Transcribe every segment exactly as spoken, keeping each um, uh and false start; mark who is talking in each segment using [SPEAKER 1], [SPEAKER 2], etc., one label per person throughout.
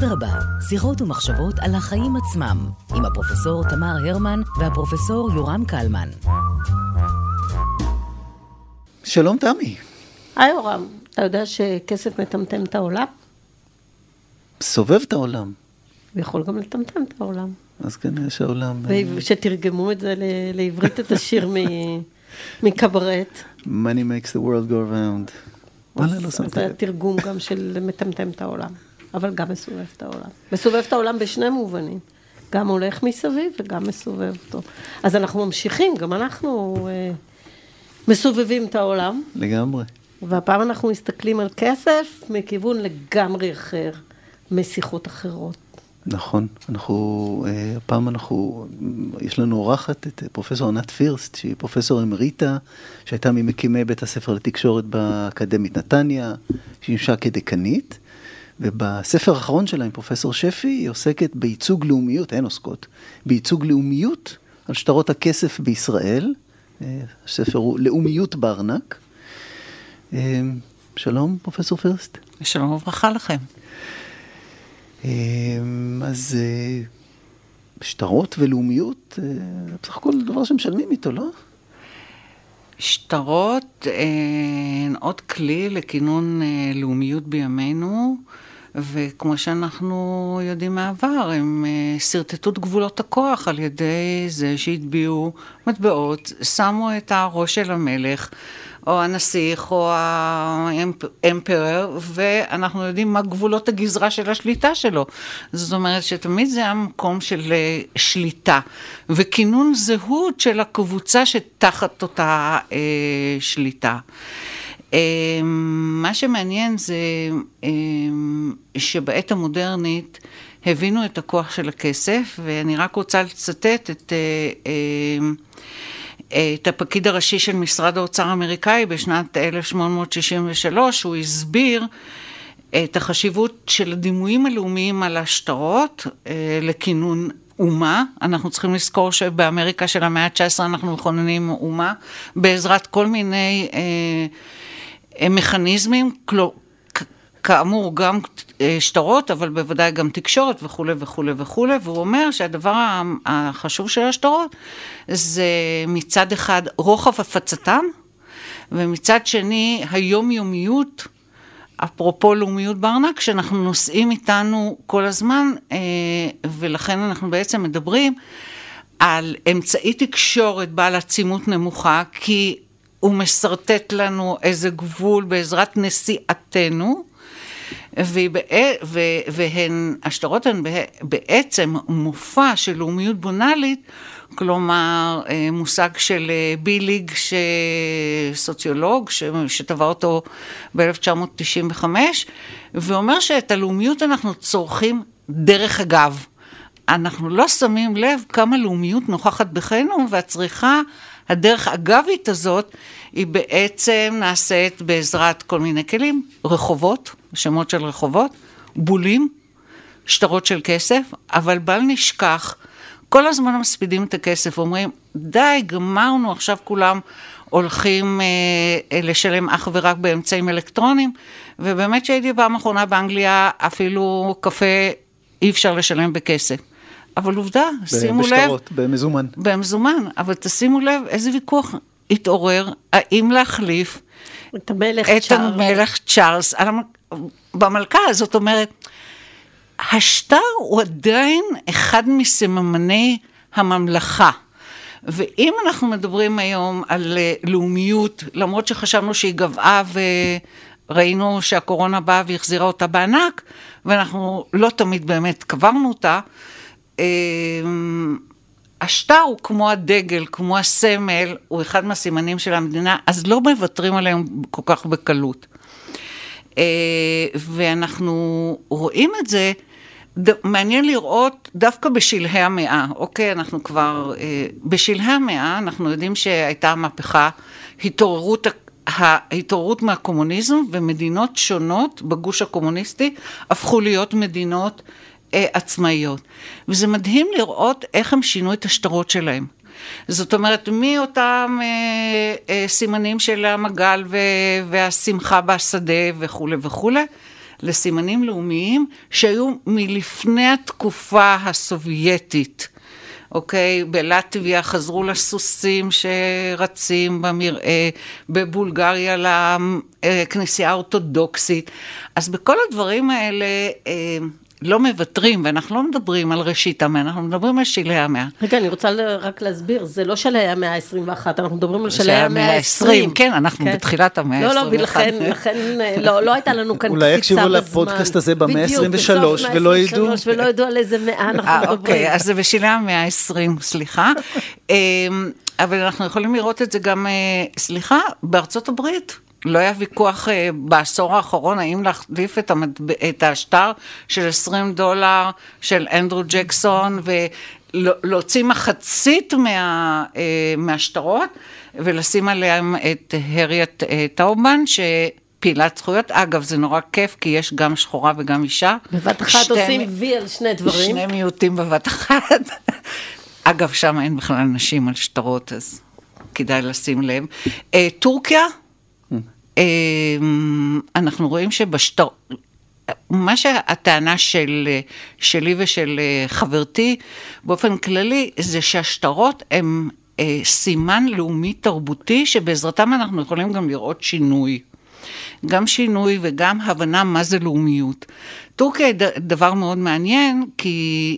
[SPEAKER 1] אדרבה, שיחות ומחשבות על החיים עצמם, עם הפרופסור תמר הרמן והפרופסור יורם קלמן.
[SPEAKER 2] שלום תמי.
[SPEAKER 3] היי יורם, אתה יודע שכסף מטמטם את העולם?
[SPEAKER 2] סובב את העולם.
[SPEAKER 3] ויכול גם לטמטם את העולם.
[SPEAKER 2] אז כנראה שהעולם...
[SPEAKER 3] שתרגמו את זה לעברית את השיר מקברט.
[SPEAKER 2] Money makes the world go around.
[SPEAKER 3] זה התרגום גם של מטמטם את העולם, אבל גם מסובב את העולם. מסובב את העולם בשני מובנים. גם הולך מסביב וגם מסובב אותו. אז אנחנו ממשיכים, גם אנחנו אה, מסובבים את העולם.
[SPEAKER 2] לגמרי.
[SPEAKER 3] והפעם אנחנו מסתכלים על כסף מכיוון לגמרי אחר, משיחות אחרות.
[SPEAKER 2] נכון, אנחנו, הפעם אנחנו, יש לנו אורחת את פרופסור ענת פירסט, שהיא פרופסור אמריטה, שהייתה ממקימי בית הספר לתקשורת באקדמית נתניה, שהיא נמשכה כדקנית, ובספר האחרון שלה עם פרופסור שפי, היא עוסקת בייצוג לאומיות, אין עוסקות, בייצוג לאומיות על שטרות הכסף בישראל, הספר הוא לאומיות בארנק. שלום פרופסור פירסט.
[SPEAKER 4] שלום וברכה לכם.
[SPEAKER 2] אז שטרות ולאומיות, בסך הכל דבר שמשלמים איתו, לא?
[SPEAKER 4] שטרות הן עוד כלי לכינון לאומיות בימינו, וכמו שאנחנו יודעים מהעבר, הם סרטטו את גבולות הכוח על ידי זה שהטביעו מטבעות, שמו את הראש של המלך, או הנסיך, או האמפרר, ואנחנו יודעים מה גבולות הגזרה של השליטה שלו. זאת אומרת שתמיד זה המקום של שליטה, וכינון זהות של הקבוצה שתחת אותה אה, שליטה. אה, מה שמעניין זה אה, שבעת המודרנית הבינו את הכוח של הכסף, ואני רק רוצה לצטט את... אה, אה, את הפקיד הראשי של משרד האוצר האמריקאי בשנת אלף שמונה מאות שישים ושלוש, הוא הסביר את החשיבות של הדימויים הלאומיים על השטרות לכינון אומה. אנחנו צריכים לזכור שבאמריקה של המאה ה-תשע עשרה אנחנו מכוננים אומה, בעזרת כל מיני אה, מכניזמים, כלומר, כאמור גם שטרות, אבל בוודאי גם תקשורת וכו' וכו' וכו', והוא אומר שהדבר החשוב של השטרות זה מצד אחד רוחב הפצתם, ומצד שני היומיומיות, אפרופו לאומיות בארנק, שאנחנו נושאים איתנו כל הזמן, ולכן אנחנו בעצם מדברים על אמצעי תקשורת בעל עצימות נמוכה, כי הוא מסרטט לנו איזה גבול בעזרת נשיאתנו, והן, השטרות הן בעצם מופע של לאומיות בונלית, כלומר מושג של ביליג, סוציולוג, שטבע אותו ב-אלף תשע מאות תשעים וחמש, ואומר שאת הלאומיות אנחנו צורכים דרך אגב. אנחנו לא שמים לב כמה לאומיות נוכחת בחיינו, והצריכה הדרך אגבית הזאת היא בעצם נעשית בעזרת כל מיני כלים, רחובות, שמות של רחובות, בולים, שטרות של כסף, אבל בל נשכח, כל הזמן מספידים את הכסף, אומרים, די, גמרנו, עכשיו כולם הולכים אה, לשלם אך ורק באמצעים אלקטרונים, ובאמת שהייתי פעם אחרונה באנגליה, אפילו קפה אי אפשר לשלם בכסף. אבל עובדה, שימו לב.
[SPEAKER 2] בשטרות, במזומן.
[SPEAKER 4] במזומן, אבל תשימו לב איזה ויכוח התעורר, האם להחליף
[SPEAKER 3] את המלך
[SPEAKER 4] את
[SPEAKER 3] צ'ארלס.
[SPEAKER 4] המלך צ'ארלס במלכה. זאת אומרת, השטר הוא עדיין אחד מסממני הממלכה. ואם אנחנו מדברים היום על לאומיות, למרות שחשבנו שהיא גבעה וראינו שהקורונה באה והחזירה אותה בענק, ואנחנו לא תמיד באמת קברנו אותה, השטר הוא כמו הדגל, כמו הסמל, הוא אחד מהסימנים של המדינה, אז לא מוותרים עליהם כל כך בקלות. ואנחנו רואים את זה, מעניין לראות דווקא בשלהי המאה, אוקיי, אנחנו כבר, בשלהי המאה אנחנו יודעים שהייתה מהפכה, התעוררות, ההתעוררות מהקומוניזם, ומדינות שונות בגוש הקומוניסטי הפכו להיות מדינות עצמאיות. וזה מדהים לראות איך הם שינו את השטרות שלהם. זאת אומרת, מי אותם אה, אה, סימנים של המגל ו- והשמחה בשדה וכו' וכו', לסימנים לאומיים שהיו מלפני התקופה הסובייטית. אוקיי, בלטביה חזרו לסוסים שרצים במראה, בבולגריה לכנסייה האורתודוקסית. אז בכל הדברים האלה לא מוותרים, ואנחנו לא מדברים על ראשית המאה, אנחנו מדברים על שלהי המאה.
[SPEAKER 3] רגע, אני רוצה רק להסביר, זה לא שלהי המאה ה-עשרים ואחת, אנחנו מדברים על שלהי המאה ה-עשרים.
[SPEAKER 4] כן, אנחנו בתחילת המאה ה-עשרים ואחת.
[SPEAKER 3] לא, לא, לכן, לא הייתה לנו כאן קפיצה בזמן.
[SPEAKER 2] אולי יקשיבו לפודקאסט הזה במאה ה-עשרים ושלוש, ולא ידעו.
[SPEAKER 3] ולא ידעו על איזה מאה אנחנו מדברים.
[SPEAKER 4] אוקיי, אז זה בשלהי המאה ה-עשרים, סליחה. אבל אנחנו יכולים לראות את זה גם, סליחה, בארצות הברית. לא היה ויכוח בעשור האחרון, האם להחליף את, המטבע, את השטר של עשרים דולר של אנדרו ג'קסון, ולהוציא מחצית מה, מהשטרות, ולשים עליהם את הריית טאובן, שפעילת זכויות. אגב, זה נורא כיף, כי יש גם שחורה וגם אישה.
[SPEAKER 3] בבת אחת שתי, עושים וי על שני דברים.
[SPEAKER 4] שני מיעוטים בבת אחת. אגב, שם אין בכלל נשים על שטרות, אז כדאי לשים לב. טורקיה, אנחנו רואים שבשטר, מה שהטענה של, שלי ושל חברתי באופן כללי, זה שהשטרות הם סימן לאומי תרבותי, שבעזרתם אנחנו יכולים גם לראות שינוי. גם שינוי וגם הבנה מה זה לאומיות. טורקיה היא דבר מאוד מעניין, כי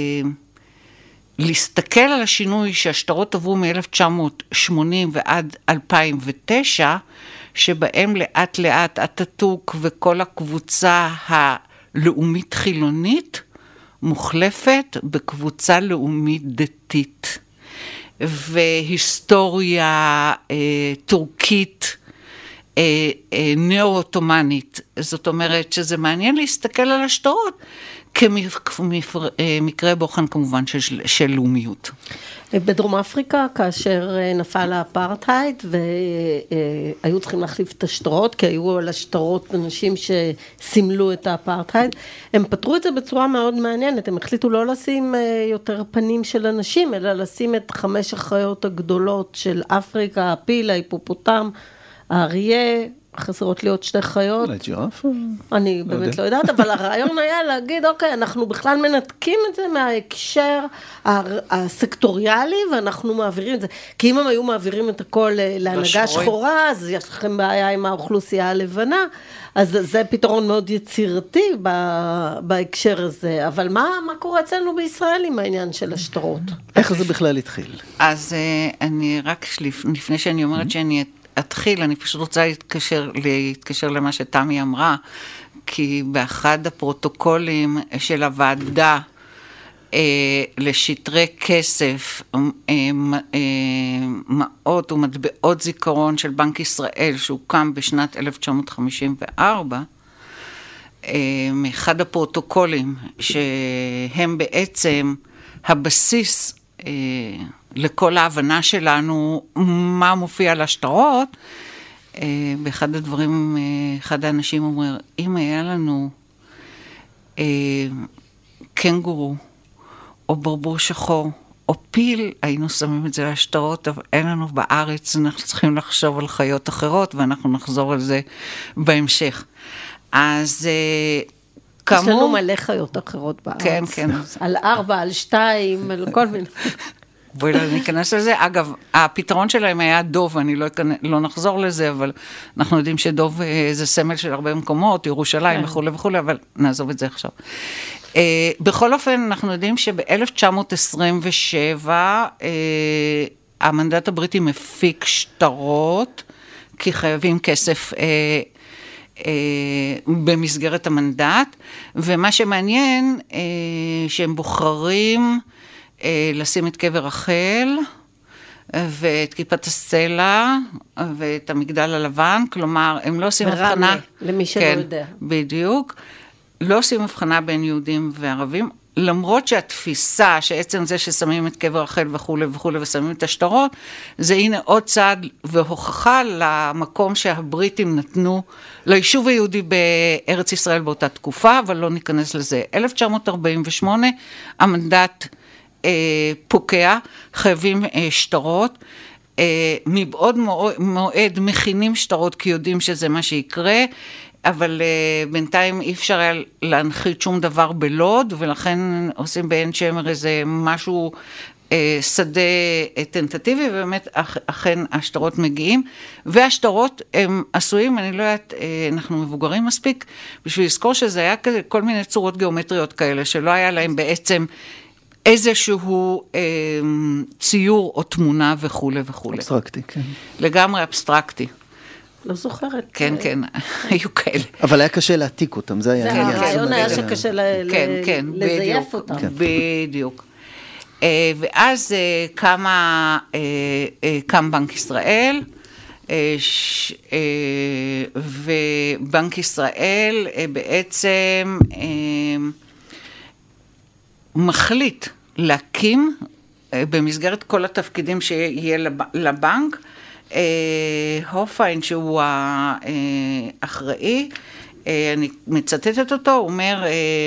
[SPEAKER 4] להסתכל על השינוי שהשטרות עברו מ-אלף תשע מאות שמונים ועד אלפיים ותשע, שבהם לאט לאט אטאטורק וכל הקבוצה הלאומית חילונית מוחלפת בקבוצה לאומית דתית. והיסטוריה אה, טורקית אה, אה, נאו-אוטומנית. זאת אומרת שזה מעניין להסתכל על השטרות כמקרה בוחן כמובן של, של לאומיות.
[SPEAKER 3] בדרום אפריקה, כאשר נפל האפרטהייד, והיו צריכים להחליף את השטרות, כי היו על השטרות אנשים שסימלו את האפרטהייד, הם פתרו את זה בצורה מאוד מעניינת, הם החליטו לא לשים יותר פנים של אנשים, אלא לשים את חמש החיות הגדולות של אפריקה, הפיל, ההיפופוטם, האריה, חסרות לי עוד שתי חיות.
[SPEAKER 2] אולי ג'ירף?
[SPEAKER 3] אני באמת לא יודעת, אבל הרעיון היה להגיד, אוקיי, אנחנו בכלל מנתקים את זה מההקשר הסקטוריאלי, ואנחנו מעבירים את זה. כי אם הם היו מעבירים את הכל להנהגה שחורה, אז יש לכם בעיה עם האוכלוסייה הלבנה, אז זה פתרון מאוד יצירתי בהקשר הזה. אבל מה, מה קורה אצלנו בישראל עם העניין של השטרות?
[SPEAKER 2] איך זה בכלל התחיל?
[SPEAKER 4] אז אני רק לפני שאני אומרת שאני אתחיל, אני פשוט רוצה להתקשר, להתקשר למה שתמי אמרה, כי באחד הפרוטוקולים של הוועדה אה, לשטרי כסף, אה, אה, מעות ומטבעות זיכרון של בנק ישראל, שהוקם בשנת אלף תשע מאות חמישים וארבע, אה, מאחד הפרוטוקולים שהם בעצם הבסיס אה, לכל ההבנה שלנו מה מופיע על השטרות, באחד הדברים, אחד האנשים אומר, אם היה לנו קנגורו, או ברבור שחור, או פיל, היינו שמים את זה על השטרות, אבל אין לנו בארץ, אנחנו צריכים לחשוב על חיות אחרות, ואנחנו נחזור על זה בהמשך. אז כאמור...
[SPEAKER 3] יש לנו מלא חיות אחרות בארץ.
[SPEAKER 4] כן, כן.
[SPEAKER 3] על ארבע, על שתיים, על כל מיני...
[SPEAKER 4] בואי לא ניכנס לזה. אגב, הפתרון שלהם היה דוב, אני לא, לא נחזור לזה, אבל אנחנו יודעים שדוב זה סמל של הרבה מקומות, ירושלים וכו' וכו', אבל נעזוב את זה עכשיו. Uh, בכל אופן, אנחנו יודעים שב-אלף תשע מאות עשרים ושבע, uh, המנדט הבריטי מפיק שטרות, כי חייבים כסף... Uh, במסגרת המנדט, ומה שמעניין, שהם בוחרים לשים את קבר רחל, ואת כיפת הסלע, ואת המגדל הלבן, כלומר, הם לא עושים הבחנה.
[SPEAKER 3] למי שלא
[SPEAKER 4] כן,
[SPEAKER 3] יודע.
[SPEAKER 4] בדיוק. לא עושים הבחנה בין יהודים וערבים, למרות שהתפיסה, שעצם זה ששמים את קבר רחל וכו' וכו' ושמים את השטרות, זה הנה עוד צעד והוכחה למקום שהבריטים נתנו ליישוב היהודי בארץ ישראל באותה תקופה, אבל לא ניכנס לזה. אלף תשע מאות ארבעים ושמונה, המנדט אה, פוקע, חייבים אה, שטרות, אה, מבעוד מועד מכינים שטרות כי יודעים שזה מה שיקרה, אבל uh, בינתיים אי אפשר היה להנחית שום דבר בלוד, ולכן עושים בעין שמר איזה משהו uh, שדה uh, טנטטיבי, ובאמת אכ, אכן השטרות מגיעים, והשטרות הם עשויים, אני לא יודעת, uh, אנחנו מבוגרים מספיק, בשביל לזכור שזה היה כזה, כל מיני צורות גיאומטריות כאלה, שלא היה להם בעצם איזשהו אה, ציור או תמונה וכו' וכו'.
[SPEAKER 2] אבסטרקטי, כן.
[SPEAKER 4] לגמרי אבסטרקטי.
[SPEAKER 3] לא זוכרת.
[SPEAKER 4] כן, כן, היו כאלה.
[SPEAKER 2] אבל היה קשה להעתיק אותם, זה היה...
[SPEAKER 3] זה הרעיון היה שקשה לזייף אותם.
[SPEAKER 4] בדיוק. ואז קם בנק ישראל, ובנק ישראל בעצם מחליט להקים במסגרת כל התפקידים שיהיה לבנק, הופיין שהוא האחראי, אני מצטטת אותו, הוא אומר,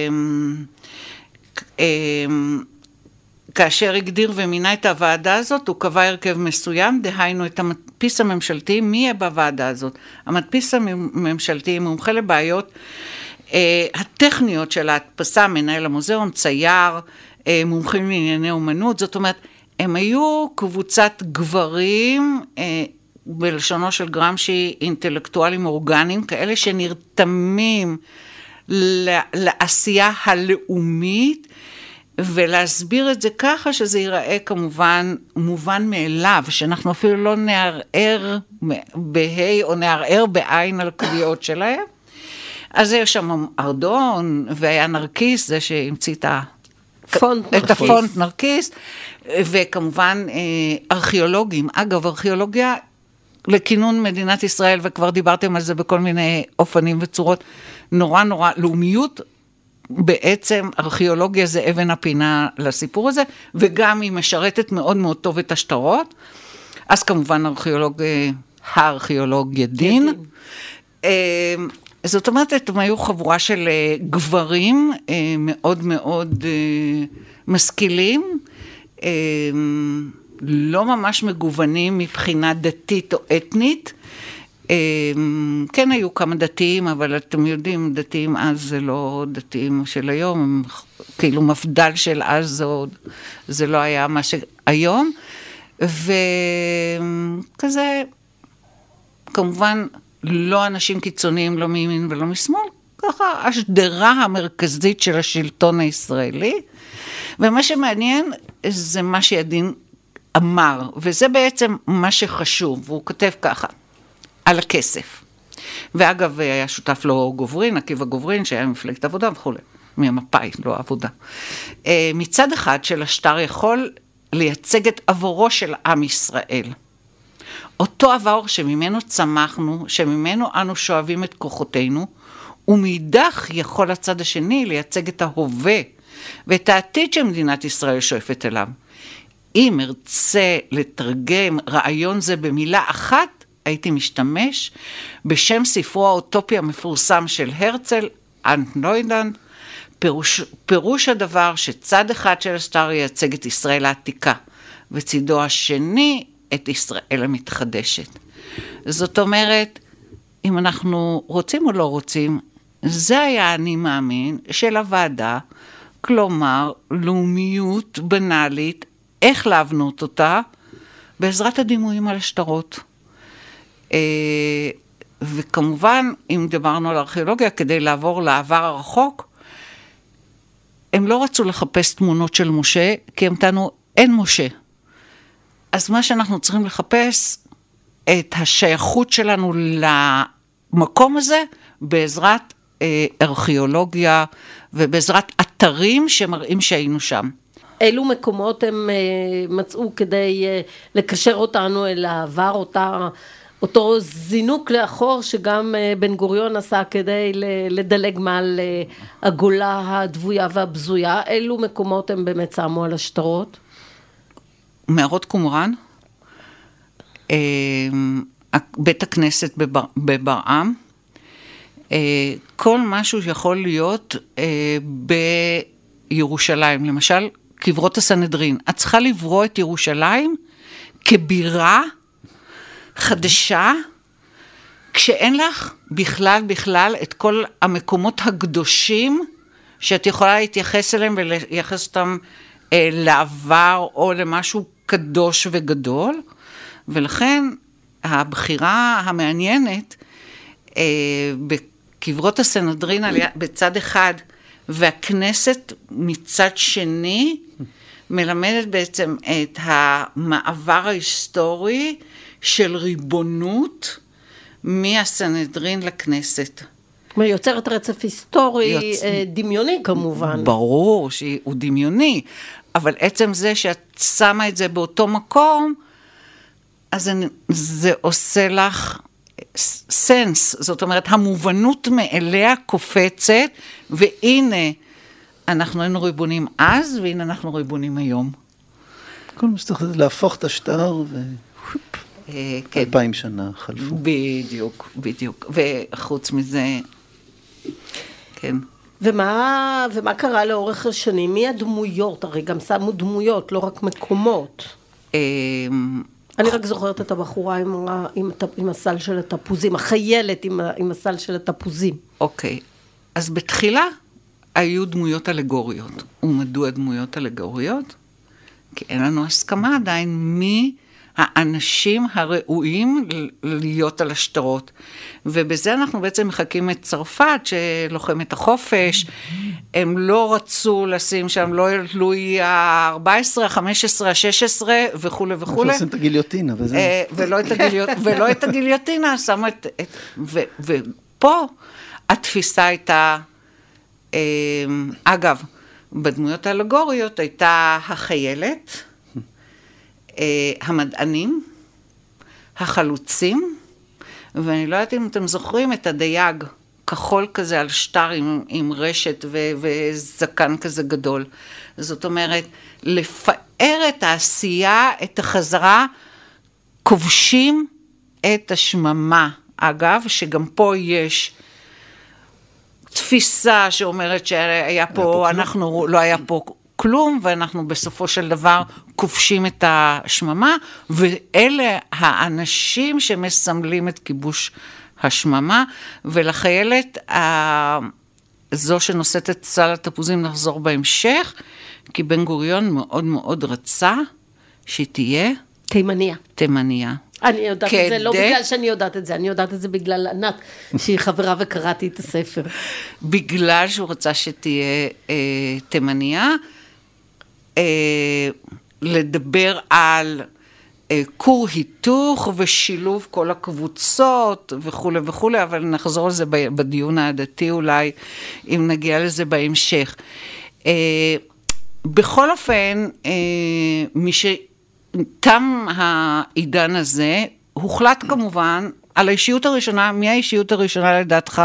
[SPEAKER 4] כאשר הגדיר ומינה את הוועדה הזאת, הוא קבע הרכב מסוים, דהיינו את המדפיס הממשלתי, מי יהיה בוועדה הזאת? המדפיס הממשלתי מומחה לבעיות הטכניות של ההדפסה, מנהל המוזיאון, צייר, מומחים לענייני אומנות, זאת אומרת, הם היו קבוצת גברים, בלשונו של גרמשי, אינטלקטואלים אורגניים, כאלה שנרתמים לעשייה הלאומית, ולהסביר את זה ככה שזה ייראה כמובן מובן מאליו, שאנחנו אפילו לא נערער בהי או נערער בעין על קביעות שלהם. אז יש שם ארדון, והיה נרקיס, זה שהמציא את,
[SPEAKER 3] פונט
[SPEAKER 4] את הפונט נרקיס, וכמובן ארכיאולוגים. אגב, ארכיאולוגיה לכינון מדינת ישראל, וכבר דיברתם על זה בכל מיני אופנים וצורות, נורא נורא, לאומיות, בעצם ארכיאולוגיה זה אבן הפינה לסיפור הזה, וגם היא משרתת מאוד מאוד טוב את השטרות, אז כמובן ארכיאולוג, הארכיאולוג ידין, ידין. זאת אומרת, הם היו חבורה של גברים מאוד מאוד משכילים, לא ממש מגוונים מבחינה דתית או אתנית, כן היו כמה דתיים, אבל אתם יודעים, דתיים אז זה לא דתיים של היום, הם כאילו מפדל של אז, זה, זה לא היה מה שהיום, וכזה, כמובן, לא אנשים קיצוניים, לא מימין ולא משמאל, ככה השדרה המרכזית של השלטון הישראלי, ומה שמעניין זה מה שידין אמר, וזה בעצם מה שחשוב, והוא כותב ככה, על הכסף. ואגב, היה שותף לו גוברין, עקיבא גוברין, שהיה מפלגת עבודה וכו', מהמפאי, לא עבודה. מצד אחד של השטר יכול לייצג את עבורו של עם ישראל. אותו עבור שממנו צמחנו, שממנו אנו שואבים את כוחותינו, ומאידך יכול הצד השני לייצג את ההווה, ואת העתיד שמדינת ישראל שואפת אליו. אם ארצה לתרגם רעיון זה במילה אחת, הייתי משתמש בשם ספרו האוטופי המפורסם של הרצל, אנטנוידן, פירוש, פירוש הדבר שצד אחד של השטר ייצג את ישראל העתיקה, וצידו השני את ישראל המתחדשת. זאת אומרת, אם אנחנו רוצים או לא רוצים, זה היה אני מאמין של הוועדה, כלומר, לאומיות בנאלית, איך להבנות אותה, בעזרת הדימויים על השטרות. וכמובן, אם דיברנו על ארכיאולוגיה, כדי לעבור לעבר הרחוק, הם לא רצו לחפש תמונות של משה, כי הם טענו, אין משה. אז מה שאנחנו צריכים לחפש, את השייכות שלנו למקום הזה, בעזרת ארכיאולוגיה, ובעזרת אתרים שמראים שהיינו שם.
[SPEAKER 3] אילו מקומות הם מצאו כדי לקשר אותנו אל העבר, אותה, אותו זינוק לאחור שגם בן גוריון עשה כדי לדלג מעל הגולה הדבויה והבזויה, אילו מקומות הם באמת שמו על השטרות?
[SPEAKER 4] מערות קומראן, בית הכנסת בברעם, כל משהו יכול להיות בירושלים, למשל קברות הסנהדרין. את צריכה לברוא את ירושלים כבירה חדשה, כשאין לך בכלל בכלל את כל המקומות הקדושים, שאת יכולה להתייחס אליהם ולייחס אותם אה, לעבר או למשהו קדוש וגדול, ולכן הבחירה המעניינת אה, בקברות הסנהדרין בצד אחד, והכנסת מצד שני, מלמדת בעצם את המעבר ההיסטורי של ריבונות מהסנהדרין לכנסת.
[SPEAKER 3] יוצרת רצף היסטורי, יוצ... דמיוני כמובן.
[SPEAKER 4] ברור שהוא דמיוני, אבל עצם זה שאת שמה את זה באותו מקום, אז זה עושה לך סנס, זאת אומרת, המובנות מאליה קופצת, והנה, אנחנו היינו ריבונים אז, והנה אנחנו ריבונים היום.
[SPEAKER 2] כל מה שצריך זה להפוך את השטר, ו...
[SPEAKER 4] כן.
[SPEAKER 2] אלפיים שנה חלפו.
[SPEAKER 4] בדיוק, בדיוק. וחוץ מזה, כן.
[SPEAKER 3] ומה, ומה קרה לאורך השנים? מי הדמויות? הרי גם שמו דמויות, לא רק מקומות. אני רק זוכרת את הבחורה עם, עם, עם הסל של התפוזים, החיילת עם, עם הסל של התפוזים.
[SPEAKER 4] אוקיי. אז בתחילה היו דמויות אלגוריות. ומדוע דמויות אלגוריות? כי אין לנו הסכמה עדיין מי האנשים הראויים להיות על השטרות. ובזה אנחנו בעצם מחכים את צרפת, שלוחם את החופש. הם לא רצו לשים שם, לא לואי ה-ארבע עשרה, ה-חמש עשרה, ה-שש עשרה וכו' וכו'.
[SPEAKER 2] אנחנו עושים את הגיליוטינה, וזה...
[SPEAKER 4] ולא את הגיליוטינה, שמו את... ופה התפיסה הייתה, אגב, בדמויות האלגוריות הייתה החיילת, המדענים, החלוצים, ואני לא יודעת אם אתם זוכרים את הדייג, כחול כזה על שטר עם, עם רשת ו, וזקן כזה גדול. זאת אומרת, לפאר את העשייה, את החזרה, כובשים את השממה. אגב, שגם פה יש תפיסה שאומרת שהיה פה, אנחנו, לא היה פה כלום, ואנחנו בסופו של דבר כובשים את השממה, ואלה האנשים שמסמלים את כיבוש השממה, ולחיילת, זו שנושאת את סל התפוזים נחזור בהמשך, כי בן גוריון מאוד מאוד רצה שהיא תהיה
[SPEAKER 3] תימניה.
[SPEAKER 4] תימניה.
[SPEAKER 3] אני יודעת כדי... את זה, לא בגלל שאני יודעת את זה, אני יודעת את זה בגלל ענת, שהיא חברה וקראתי את הספר.
[SPEAKER 4] בגלל שהוא רצה שתהיה אה, תימניה, אה, לדבר על אה, קור היתוך ושילוב כל הקבוצות וכו' וכו', אבל נחזור לזה בדיון העדתי אולי, אם נגיע לזה בהמשך. אה, בכל אופן, אה, מי ש... תם העידן הזה, הוחלט כמובן על האישיות הראשונה. מי האישיות הראשונה לדעתך?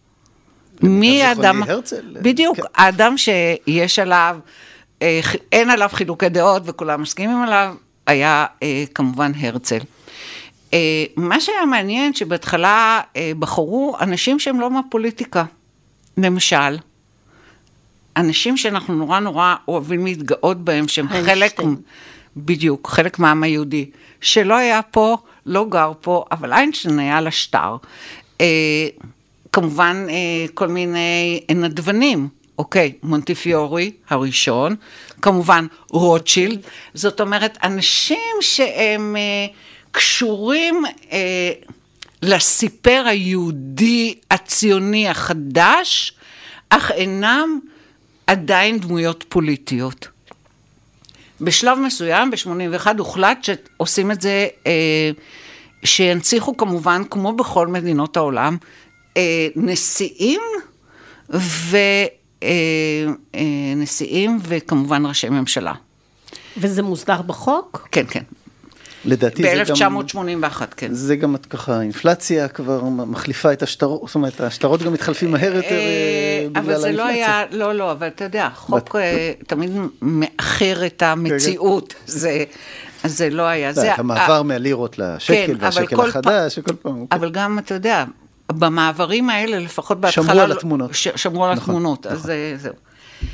[SPEAKER 4] מי האדם? בדיוק, האדם שיש עליו, אין עליו חילוקי דעות וכולם מסכימים עליו, היה כמובן הרצל. מה שהיה מעניין שבהתחלה בחרו אנשים שהם לא מהפוליטיקה. למשל, אנשים שאנחנו נורא נורא אוהבים להתגאות בהם, שהם חלק... בדיוק, חלק מהעם היהודי, שלא היה פה, לא גר פה, אבל איינשטיין היה על השטר. אה, כמובן, אה, כל מיני נדבנים, אוקיי, מונטיפיורי הראשון, כמובן רוטשילד, זאת אומרת, אנשים שהם אה, קשורים אה, לסיפר היהודי הציוני החדש, אך אינם עדיין דמויות פוליטיות. בשלב מסוים, ב-שמונים ואחת, הוחלט שעושים את זה, אה, שינציחו כמובן, כמו בכל מדינות העולם, אה, נשיאים, ו, אה, אה, נשיאים וכמובן ראשי ממשלה.
[SPEAKER 3] וזה מוסדר בחוק?
[SPEAKER 4] כן, כן.
[SPEAKER 2] לדעתי זה גם...
[SPEAKER 4] ב-אלף תשע מאות שמונים ואחת, כן.
[SPEAKER 2] זה גם ככה, האינפלציה כבר מחליפה את השטרות, זאת אומרת, השטרות גם מתחלפים מהר יותר בגלל האינפלציה.
[SPEAKER 4] אבל זה לא היה, לא, לא, אבל אתה יודע, חוק תמיד מאחר את המציאות, זה לא היה.
[SPEAKER 2] זה המעבר מהלירות לשקל, והשקל החדש, וכל פעם.
[SPEAKER 4] אבל גם, אתה יודע, במעברים האלה, לפחות בהתחלה...
[SPEAKER 2] שמרו על התמונות.
[SPEAKER 4] שמרו על התמונות, אז זהו.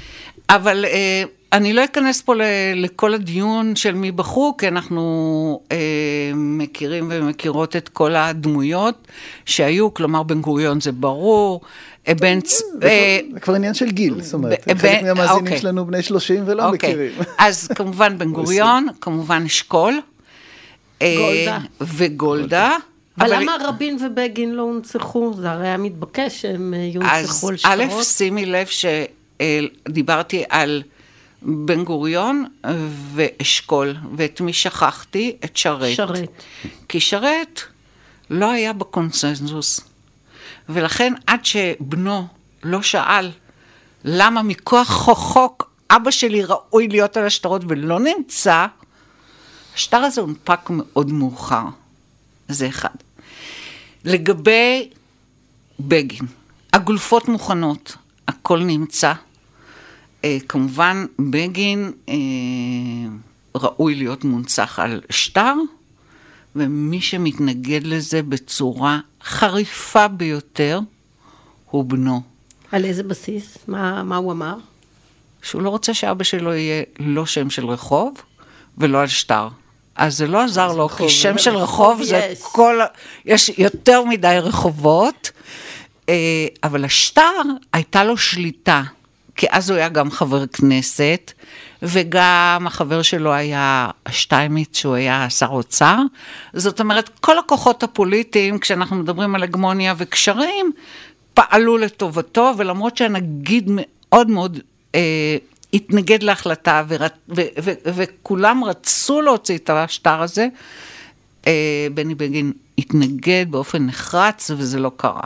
[SPEAKER 4] אבל אה, אני לא אכנס פה ל, לכל הדיון של מי בחרו, כי אנחנו אה, מכירים ומכירות את כל הדמויות שהיו, כלומר בן גוריון זה ברור, בן...
[SPEAKER 2] זה כבר עניין של גיל, זאת אומרת, חלק מהמאזינים שלנו בני שלושים ולא מכירים.
[SPEAKER 4] אז כמובן בן גוריון, כמובן אשכול,
[SPEAKER 3] גולדה.
[SPEAKER 4] וגולדה.
[SPEAKER 3] אבל למה רבין ובגין לא הונצחו? זה הרי היה מתבקש שהם יונצחו על שטרות.
[SPEAKER 4] אז א', שימי לב שדיברתי על בן גוריון ואשכול, ואת מי שכחתי? את שרת.
[SPEAKER 3] שרת.
[SPEAKER 4] כי שרת לא היה בקונסנזוס. ולכן עד שבנו לא שאל למה מכוח חוק אבא שלי ראוי להיות על השטרות ולא נמצא, השטר הזה הונפק מאוד מאוחר. זה אחד. לגבי בגין, הגולפות מוכנות, הכל נמצא. אה, כמובן בגין אה, ראוי להיות מונצח על שטר, ומי שמתנגד לזה בצורה חריפה ביותר, הוא בנו.
[SPEAKER 3] על איזה בסיס? מה, מה הוא אמר?
[SPEAKER 4] שהוא לא רוצה שאבא שלו יהיה לא שם של רחוב, ולא על שטר. אז זה לא עזר לו, כי שם של רחוב זה כל, יש יותר מדי רחובות, אבל השטר הייתה לו שליטה, כי אז הוא היה גם חבר כנסת, וגם החבר שלו היה שטיימיץ, שהוא היה שר אוצר. זאת אומרת, כל הכוחות הפוליטיים, כשאנחנו מדברים על הגמוניה וקשרים, פעלו לטובתו, ולמרות שהנגיד מאוד מאוד אה, התנגד להחלטה, ור, ו, ו, ו, וכולם רצו להוציא את השטר הזה, אה, בני בגין התנגד באופן נחרץ, וזה לא קרה.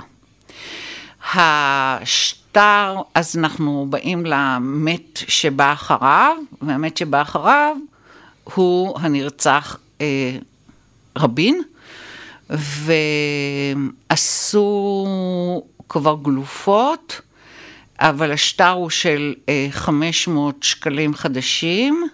[SPEAKER 4] השטר, אז אנחנו באים למת שבא אחריו, והמת שבא אחריו הוא הנרצח אה, רבין, ועשו כבר גלופות, אבל השטר הוא של אה, חמש מאות שקלים חדשים,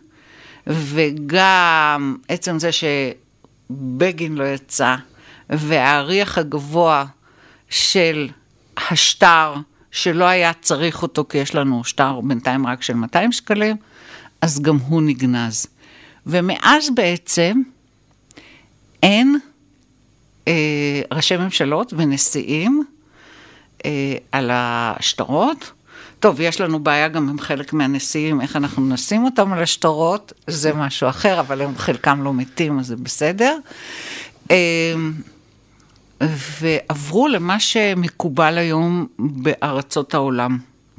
[SPEAKER 4] וגם עצם זה שבגין לא יצא, והאריח הגבוה של השטר, שלא היה צריך אותו, כי יש לנו שטר בינתיים רק של מאתיים שקלים, אז גם הוא נגנז. ומאז בעצם אין אה, ראשי ממשלות ונשיאים אה, על השטרות. טוב, יש לנו בעיה גם עם חלק מהנשיאים, איך אנחנו נשים אותם על השטרות, זה משהו אחר, אבל הם חלקם לא מתים, אז זה בסדר. אה, ועברו למה שמקובל היום בארצות העולם.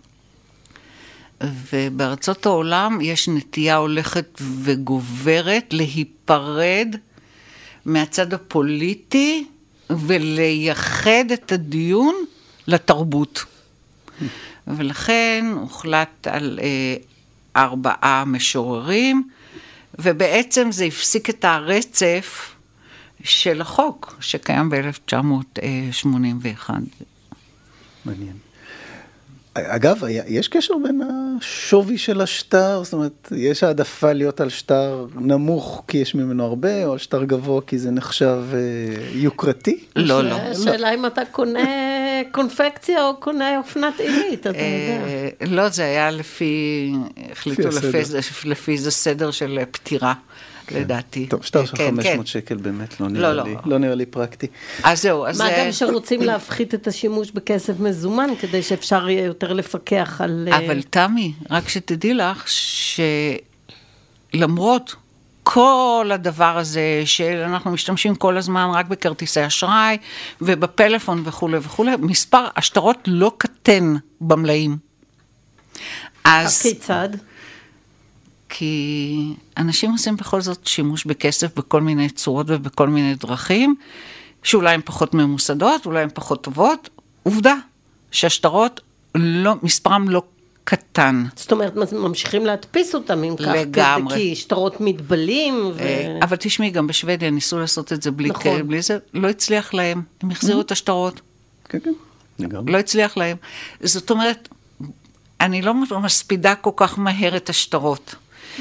[SPEAKER 4] ובארצות העולם יש נטייה הולכת וגוברת להיפרד מהצד הפוליטי ולייחד את הדיון לתרבות. ולכן הוחלט על אה, ארבעה משוררים, ובעצם זה הפסיק את הרצף של החוק שקיים ב-אלף תשע מאות שמונים ואחת.
[SPEAKER 2] מעניין. אגב, יש קשר בין השווי של השטר? זאת אומרת, יש העדפה להיות על שטר נמוך כי יש ממנו הרבה, או על שטר גבוה כי זה נחשב יוקרתי?
[SPEAKER 4] לא, לא.
[SPEAKER 3] השאלה אם אתה קונה קונפקציה או קונה אופנת עילית, אתה יודע.
[SPEAKER 4] לא, זה היה לפי, החליטו לפי זה סדר של פטירה. לדעתי.
[SPEAKER 2] טוב, שטר של חמש מאות שקל באמת לא נראה לי פרקטי.
[SPEAKER 4] אז זהו.
[SPEAKER 3] מה גם שרוצים להפחית את השימוש בכסף מזומן, כדי שאפשר יהיה יותר לפקח על...
[SPEAKER 4] אבל תמי, רק שתדעי לך, שלמרות כל הדבר הזה, שאנחנו משתמשים כל הזמן רק בכרטיסי אשראי, ובפלאפון וכו' וכו', מספר השטרות לא קטן במלאים.
[SPEAKER 3] אז כיצד?
[SPEAKER 4] כי אנשים עושים בכל זאת שימוש בכסף בכל מיני צורות ובכל מיני דרכים, שאולי הן פחות ממוסדות, אולי הן פחות טובות. עובדה, שהשטרות לא, מספרם לא קטן.
[SPEAKER 3] זאת אומרת, ממשיכים להדפיס אותם עם כך,
[SPEAKER 4] לגמרי.
[SPEAKER 3] כי שטרות מתבלים. ו...
[SPEAKER 4] אבל תשמעי, גם בשוודיה ניסו לעשות את זה בלי, נכון. כאלה, בלי זה, לא הצליח להם, הם החזירו את השטרות.
[SPEAKER 2] כן, כן, לגמרי.
[SPEAKER 4] לא הצליח להם. זאת אומרת, אני לא מספידה כל כך מהר את השטרות.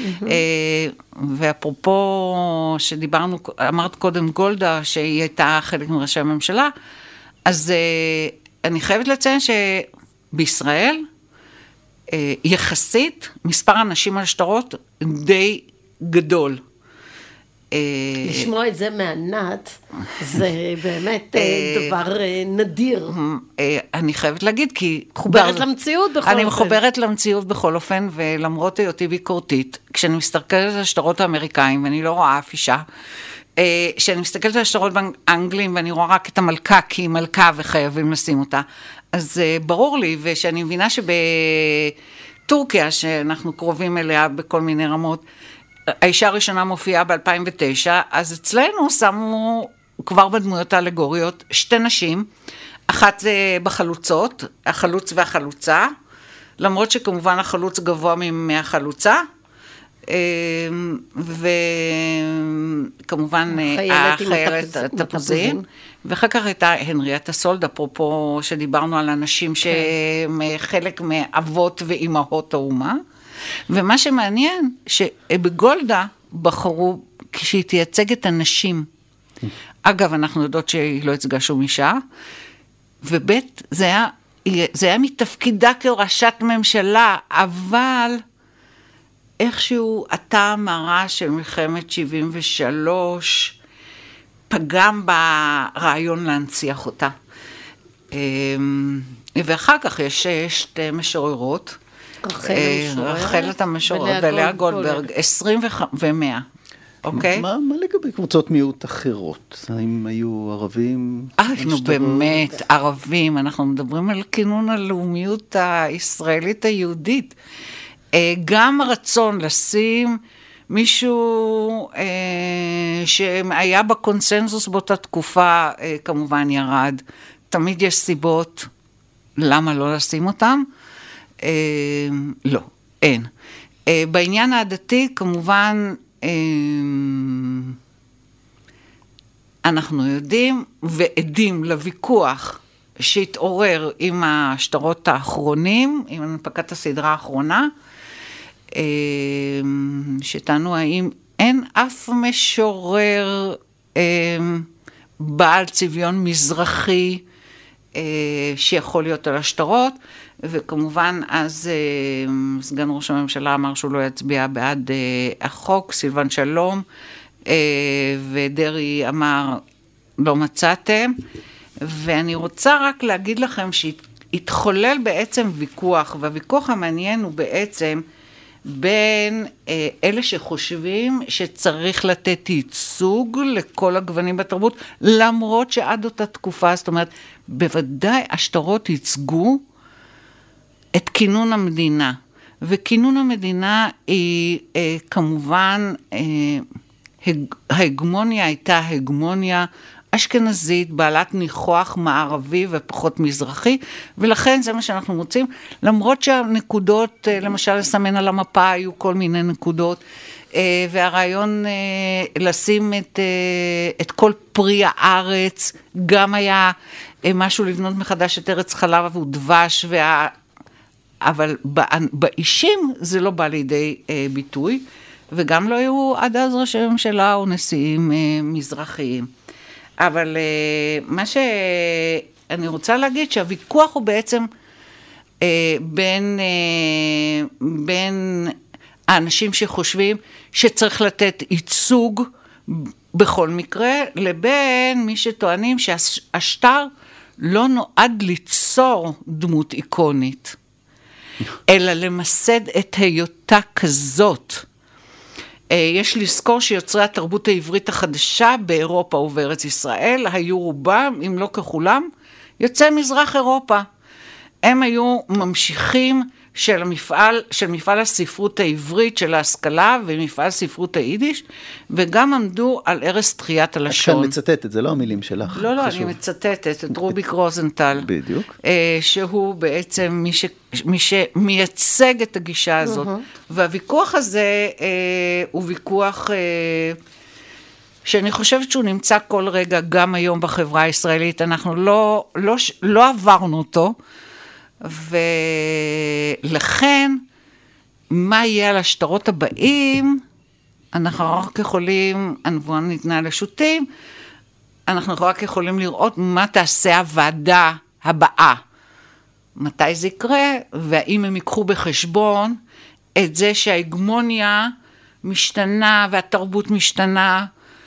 [SPEAKER 4] ואפרופו שדיברנו, אמרת קודם גולדה שהיא הייתה חלק מראשי הממשלה, אז אני חייבת לציין שבישראל יחסית, מספר האנשים על השטרות די גדול.
[SPEAKER 3] לשמוע את זה מענת, זה באמת דבר נדיר.
[SPEAKER 4] אני חייבת להגיד, כי...
[SPEAKER 3] מחוברת למציאות בכל אופן.
[SPEAKER 4] אני מחוברת למציאות בכל אופן, ולמרות היותי ביקורתית, כשאני מסתכלת על השטרות האמריקאים, ואני לא רואה אף אישה, כשאני מסתכלת על השטרות באנגלים, ואני רואה רק את המלכה, כי היא מלכה וחייבים לשים אותה, אז ברור לי, ושאני מבינה שבטורקיה, שאנחנו קרובים אליה בכל מיני רמות, האישה הראשונה מופיעה ב-אלפיים ותשע, אז אצלנו שמו כבר בדמויות האלגוריות שתי נשים, אחת זה בחלוצות, החלוץ והחלוצה, למרות שכמובן החלוץ גבוה מהחלוצה, וכמובן החיילת התפוזים, ואחר כך הייתה הנריאטה סולד, אפרופו שדיברנו על אנשים שהם חלק מאבות ואימהות האומה, ומה שמעניין, שבגולדה בחרו, כשהיא תייצג את הנשים, אגב, אנחנו יודעות שהיא לא הצגה שום אישה, ובית, זה היה, זה היה מתפקידה כראשת ממשלה, אבל איכשהו הטעם הרע של מלחמת שבעים ושלוש, פגם ברעיון להנציח אותה. ואחר כך יש שתי משוררות, רחלת המשוררת ולאה גולדברג, עשרים ומאה, אוקיי?
[SPEAKER 2] מה לגבי קבוצות מיעוט אחרות? האם היו ערבים?
[SPEAKER 4] נו באמת, ערבים, אנחנו מדברים על כינון הלאומיות הישראלית היהודית. גם הרצון לשים מישהו שהיה בקונסנזוס באותה תקופה, כמובן ירד. תמיד יש סיבות למה לא לשים אותם. לא, אין. בעניין העדתי, כמובן, אנחנו יודעים ועדים לוויכוח שהתעורר עם השטרות האחרונים, עם הנפקת הסדרה האחרונה, שטענו האם אין אף משורר בעל צביון מזרחי שיכול להיות על השטרות, וכמובן אז סגן ראש הממשלה אמר שהוא לא יצביע בעד החוק, סילבן שלום, ודרי אמר לא מצאתם, ואני רוצה רק להגיד לכם שהתחולל בעצם ויכוח, והוויכוח המעניין הוא בעצם בין אלה שחושבים שצריך לתת ייצוג לכל הגוונים בתרבות, למרות שעד אותה תקופה, זאת אומרת, בוודאי השטרות ייצגו את כינון המדינה, וכינון המדינה היא אה, כמובן, אה, הג, ההגמוניה הייתה הגמוניה אשכנזית, בעלת ניחוח מערבי ופחות מזרחי, ולכן זה מה שאנחנו מוצאים, למרות שהנקודות, אה, למשל לסמן על המפה, היו כל מיני נקודות, אה, והרעיון אה, לשים את, אה, את כל פרי הארץ, גם היה אה, משהו לבנות מחדש את ארץ חלב ודבש, וה... אבל באישים זה לא בא לידי אה, ביטוי, וגם לא היו עד אז ראשי ממשלה או נשיאים אה, מזרחיים. אבל אה, מה שאני רוצה להגיד, שהוויכוח הוא בעצם אה, בין, אה, בין האנשים שחושבים שצריך לתת ייצוג בכל מקרה, לבין מי שטוענים שהשטר לא נועד ליצור דמות איקונית. אלא למסד את היותה כזאת. יש לזכור שיוצרי התרבות העברית החדשה באירופה ובארץ ישראל, היו רובם, אם לא ככולם, יוצאי מזרח אירופה. הם היו ממשיכים של המפעל, של מפעל הספרות העברית, של ההשכלה, ומפעל ספרות היידיש, וגם עמדו על ערש תחיית הלשון.
[SPEAKER 2] את כאן מצטטת, זה לא המילים שלך.
[SPEAKER 4] לא, לא, חשוב. אני מצטטת את רוביק רוזנטל.
[SPEAKER 2] בדיוק.
[SPEAKER 4] שהוא בעצם מי, ש, מי שמייצג את הגישה הזאת. והוויכוח הזה הוא ויכוח שאני חושבת שהוא נמצא כל רגע, גם היום בחברה הישראלית. אנחנו לא, לא, לא עברנו אותו, ולכן, מה יהיה על השטרות הבאים, אנחנו רק יכולים, הנבואה ניתנה לשוטים, אנחנו רק יכולים לראות מה תעשה הוועדה הבאה. מתי זה יקרה, והאם הם ייקחו בחשבון את זה שההגמוניה משתנה והתרבות משתנה,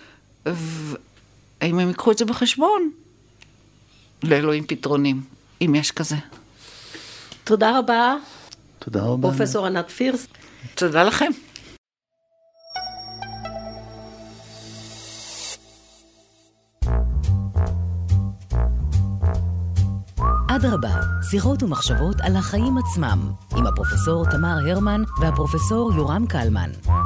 [SPEAKER 4] והאם הם ייקחו את זה בחשבון? לאלוהים פתרונים, אם יש כזה.
[SPEAKER 3] תודה רבה.
[SPEAKER 2] תודה רבה.
[SPEAKER 3] פרופסור ענת פירסט.
[SPEAKER 4] תודה לכם.
[SPEAKER 1] אדרבה, שיחות ומחשבות על החיים עצמם, עם הפרופסור תמר הרמן והפרופסור יורם קלמן.